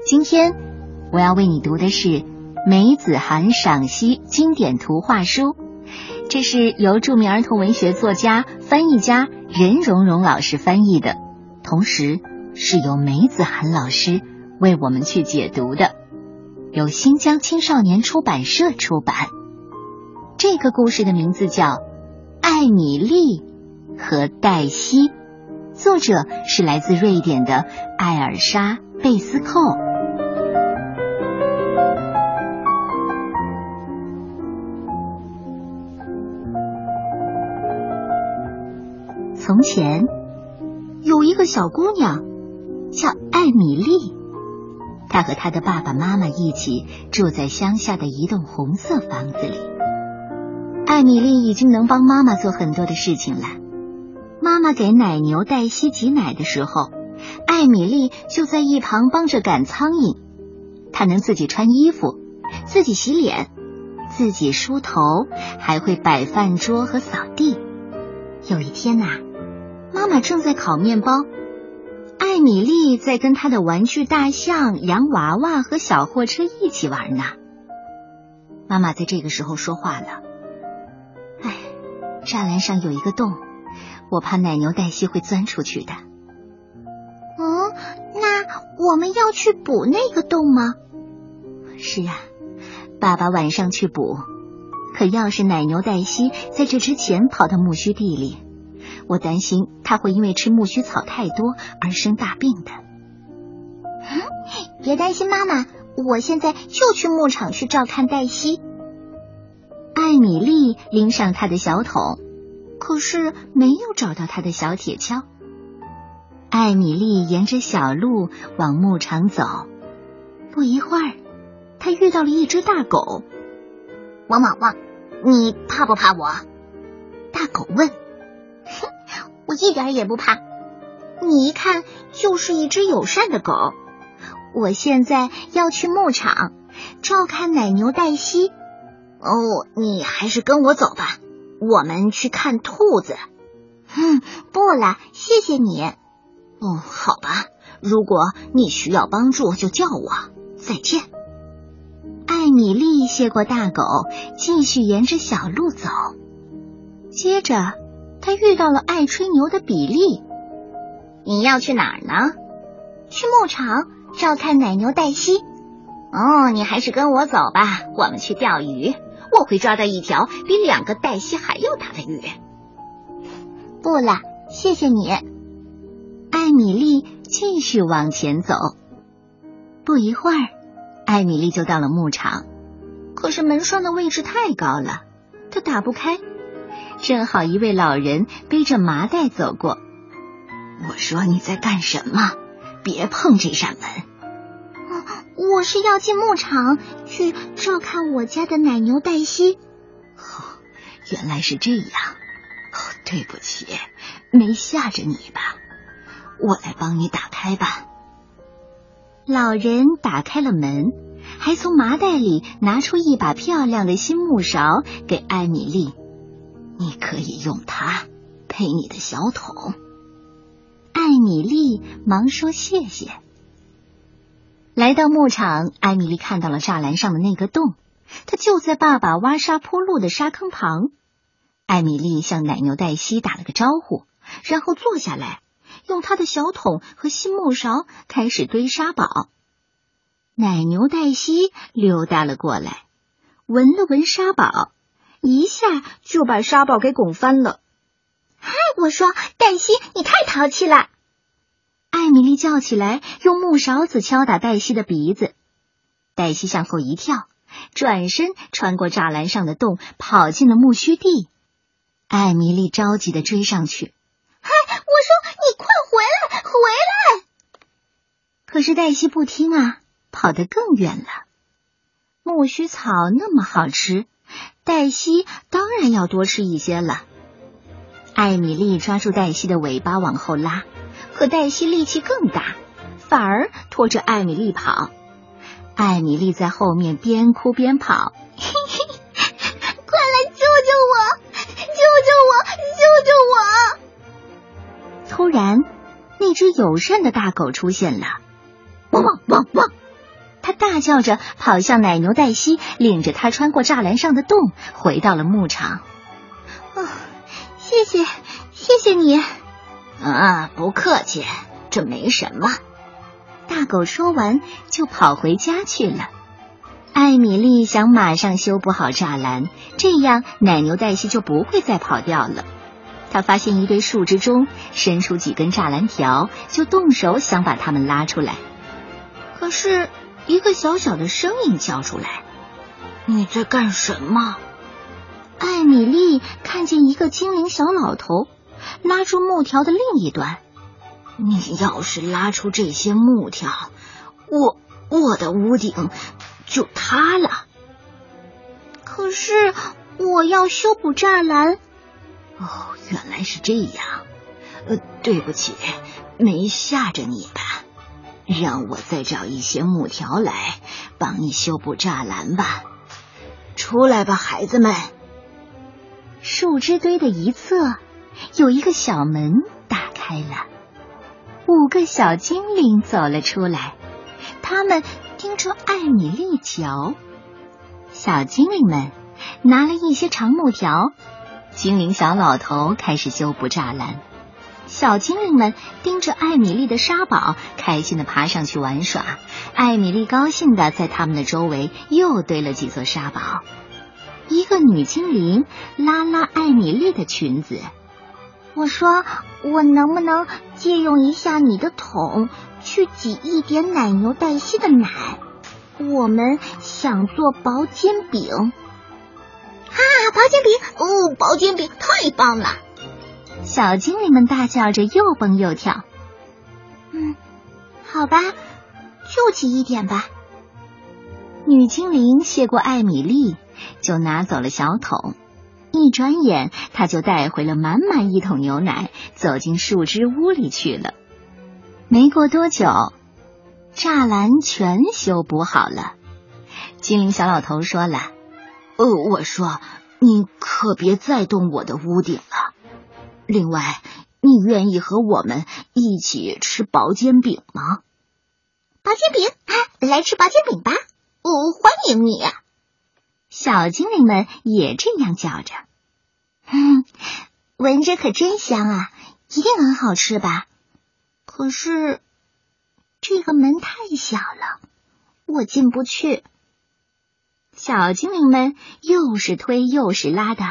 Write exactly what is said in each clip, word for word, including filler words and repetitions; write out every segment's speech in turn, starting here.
今天我要为你读的是梅子涵赏析经典图画书，这是由著名儿童文学作家、翻译家任溶溶老师翻译的，同时是由梅子涵老师为我们去解读的，由新疆青少年出版社出版。这个故事的名字叫《艾米丽和黛西》，作者是来自瑞典的艾尔莎·贝斯寇。从前有一个小姑娘叫艾米丽，她和她的爸爸妈妈一起住在乡下的一栋红色房子里。艾米丽已经能帮妈妈做很多的事情了。妈妈给奶牛黛西挤奶的时候，艾米丽就在一旁帮着赶苍蝇。她能自己穿衣服，自己洗脸，自己梳头，还会摆饭桌和扫地。有一天啊，妈妈正在烤面包，艾米丽在跟她的玩具大象、洋娃娃和小货车一起玩呢。妈妈在这个时候说话了：哎，栅栏上有一个洞，我怕奶牛黛西会钻出去的。 嗯，那我们要去补那个洞吗？ 是啊，爸爸晚上去补。可要是奶牛黛西在这之前跑到苜蓿地里，我担心她会因为吃苜蓿草太多而生大病的。 嗯，别担心妈妈，我现在就去牧场去照看黛西。 艾米丽拎上她的小桶，可是没有找到她的小铁锹。艾米丽沿着小路往牧场走，不一会儿，她遇到了一只大狗。 汪汪汪，你怕不怕我？ 大狗问。 哼，我一点也不怕，你一看就是一只友善的狗。我现在要去牧场照看奶牛黛西。哦，你还是跟我走吧，我们去看兔子。嗯，不了，谢谢你。哦，好吧，如果你需要帮助就叫我。再见。 艾米丽谢过大狗，继续沿着小路走。接着她遇到了爱吹牛的比利。 你要去哪儿呢？去牧场照看奶牛黛西。哦，你还是跟我走吧，我们去钓鱼，我会抓到一条比两个黛西还要大的鱼。不了，谢谢你。 艾米丽继续往前走。不一会儿，艾米丽就到了牧场，可是门栓的位置太高了，她打不开。正好一位老人背着麻袋走过。我说你在干什么？别碰这扇门。 哦，我是要进牧场去照看我家的奶牛黛西。 哦，原来是这样。哦，对不起，没吓着你吧？我来帮你打开吧。老人打开了门，还从麻袋里拿出一把漂亮的新木勺给艾米丽。你可以用它配你的小桶。艾米丽忙说谢谢。来到牧场，艾米丽看到了栅栏上的那个洞，它就在爸爸挖沙铺路的沙坑旁。艾米丽向奶牛黛西打了个招呼，然后坐下来，用她的小桶和新木勺开始堆沙堡。奶牛黛西溜达了过来，闻了闻沙堡，一下就把沙堡给拱翻了。 嗨，我说黛西，你太淘气了！ 艾米丽叫起来，用木勺子敲打黛西的鼻子。黛西向后一跳，转身穿过栅栏上的洞，跑进了苜蓿地。艾米丽着急地追上去。 嗨，我说你快回来，回来！ 可是黛西不听啊，跑得更远了。苜蓿草那么好吃，黛西当然要多吃一些了。艾米丽抓住黛西的尾巴往后拉，可黛西力气更大，反而拖着艾米丽跑。艾米丽在后面边哭边跑。 嘿嘿，快来救救我！救救我！救救我！ 突然，那只友善的大狗出现了。汪汪汪汪！ 他大叫着跑向奶牛黛西，领着他穿过栅栏上的洞，回到了牧场。 哦，谢谢，谢谢你。 啊，不客气，这没什么。大狗说完就跑回家去了。艾米丽想马上修补好栅栏，这样奶牛黛西就不会再跑掉了。她发现一堆树枝中伸出几根栅栏条，就动手想把它们拉出来。可是一个小小的声音叫出来：“你在干什么？”艾米丽看见一个精灵小老头拉住木条的另一端。你要是拉出这些木条，我我的屋顶就塌了。 可是我要修补栅栏。 哦，原来是这样。呃，对不起，没吓着你吧？让我再找一些木条来帮你修补栅栏吧。出来吧，孩子们。树枝堆的一侧有一个小门打开了，五个小精灵走了出来，他们盯着艾米丽瞧。小精灵们拿了一些长木条，精灵小老头开始修补栅栏。小精灵们盯着艾米丽的沙堡，开心地爬上去玩耍。艾米丽高兴地在他们的周围又堆了几座沙堡。一个女精灵拉拉艾米丽的裙子， 我说，我能不能借用一下你的桶，去挤一点奶牛黛西的奶？我们想做薄煎饼。啊，薄煎饼！哦，薄煎饼太棒了！ 小精灵们大叫着又蹦又跳。 嗯，好吧，就挤一点吧。 女精灵谢过艾米丽，就拿走了小桶。一转眼，她就带回了满满一桶牛奶，走进树枝屋里去了。没过多久，栅栏全修补好了。精灵小老头说了：“哦，我说，你可别再动我的屋顶了。另外，你愿意和我们一起吃薄煎饼吗？” 薄煎饼，啊，来吃薄煎饼吧！哦，欢迎你呀！ 小精灵们也这样叫着。 嗯，闻着可真香啊，一定很好吃吧？可是这个门太小了，我进不去。 小精灵们又是推又是拉的。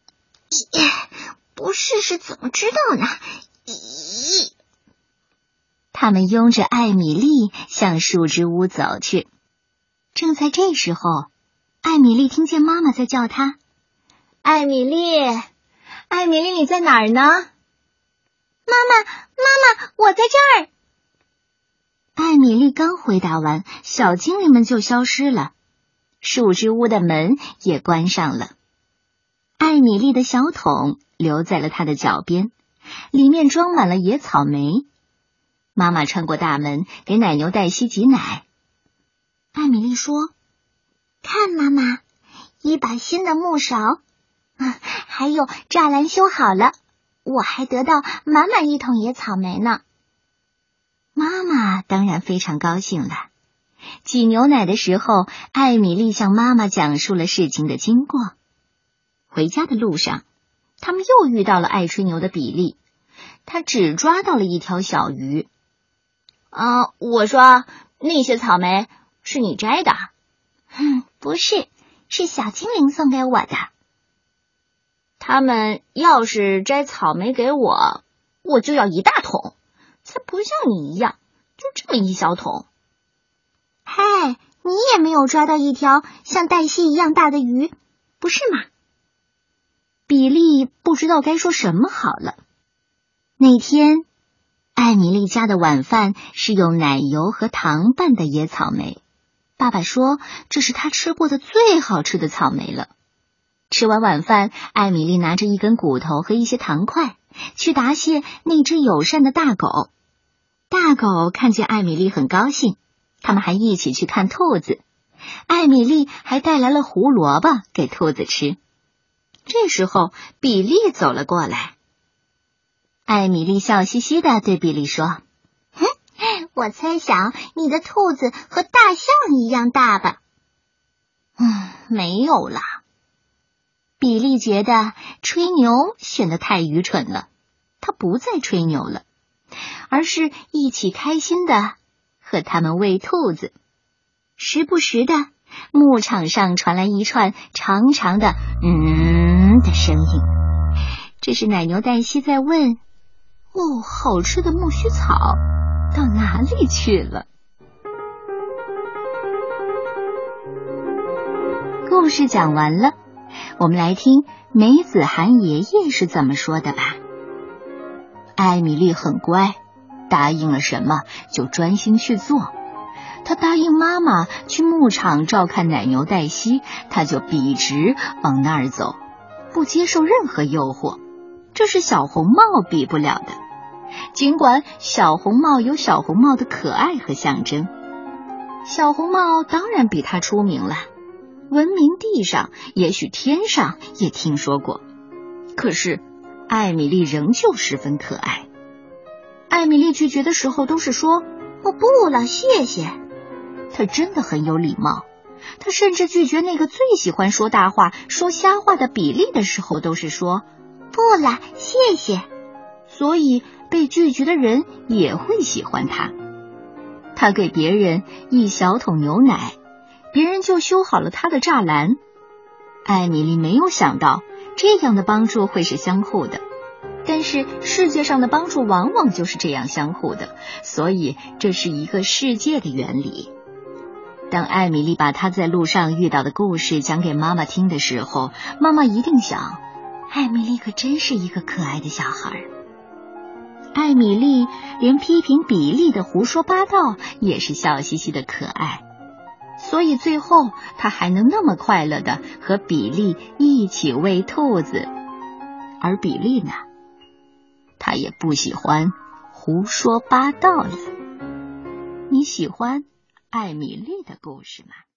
不试试怎么知道呢？咦！ 他们拥着艾米丽向树枝屋走去。正在这时候，艾米丽听见妈妈在叫她：“艾米丽，艾米丽，你在哪儿呢？”“妈妈，妈妈，我在这儿。” 艾米丽刚回答完，小精灵们就消失了，树枝屋的门也关上了。艾米丽的小桶留在了她的脚边，里面装满了野草莓。妈妈穿过大门给奶牛黛西挤奶。 艾米丽说：“看妈妈，一把新的木勺，啊，还有栅栏修好了，我还得到满满一桶野草莓呢。” 妈妈当然非常高兴了。挤牛奶的时候，艾米丽向妈妈讲述了事情的经过。回家的路上，他们又遇到了爱吹牛的比利，他只抓到了一条小鱼。啊，我说那些草莓是你摘的？ 嗯，不是，是小精灵送给我的。 他们要是摘草莓给我，我就要一大桶，才不像你一样，就这么一小桶。 嗨，你也没有抓到一条像黛西一样大的鱼，不是吗？ 比利不知道该说什么好了。那天，艾米丽家的晚饭是用奶油和糖拌的野草莓。爸爸说这是他吃过的最好吃的草莓了。吃完晚饭，艾米丽拿着一根骨头和一些糖块去答谢那只友善的大狗。大狗看见艾米丽很高兴，他们还一起去看兔子。艾米丽还带来了胡萝卜给兔子吃。这时候，比利走了过来。艾米丽笑嘻嘻地对比利说：“ 哼， 我猜想你的兔子和大象一样大吧？ 嗯，没有啦。比利觉得吹牛显得太愚蠢了，他不再吹牛了，而是一起开心的和他们喂兔子。时不时的，牧场上传来一串长长的嗯的声音，这是奶牛黛西在问：哦，好吃的苜蓿草到哪里去了？故事讲完了，我们来听梅子涵爷爷是怎么说的吧。艾米丽很乖，答应了什么就专心去做。她答应妈妈去牧场照看奶牛黛西，她就笔直往那儿走，不接受任何诱惑。这是小红帽比不了的，尽管小红帽有小红帽的可爱和象征。小红帽当然比她出名了，闻名地上，也许天上也听说过。可是艾米丽仍旧十分可爱。艾米丽拒绝的时候都是说： 我不了，谢谢。 她真的很有礼貌，她甚至拒绝那个最喜欢说大话说瞎话的比利的时候都是说： 不了，谢谢。 所以被拒绝的人也会喜欢她。她给别人一小桶牛奶，别人就修好了她的栅栏。艾米丽没有想到这样的帮助会是相互的，但是世界上的帮助往往就是这样相互的，所以这是一个世界的原理。当艾米丽把她在路上遇到的故事讲给妈妈听的时候，妈妈一定想，艾米丽可真是一个可爱的小孩。艾米丽连批评比利的胡说八道也是笑嘻嘻的可爱，所以最后她还能那么快乐的和比利一起喂兔子。而比利呢，他也不喜欢胡说八道了。你喜欢艾米丽的故事吗？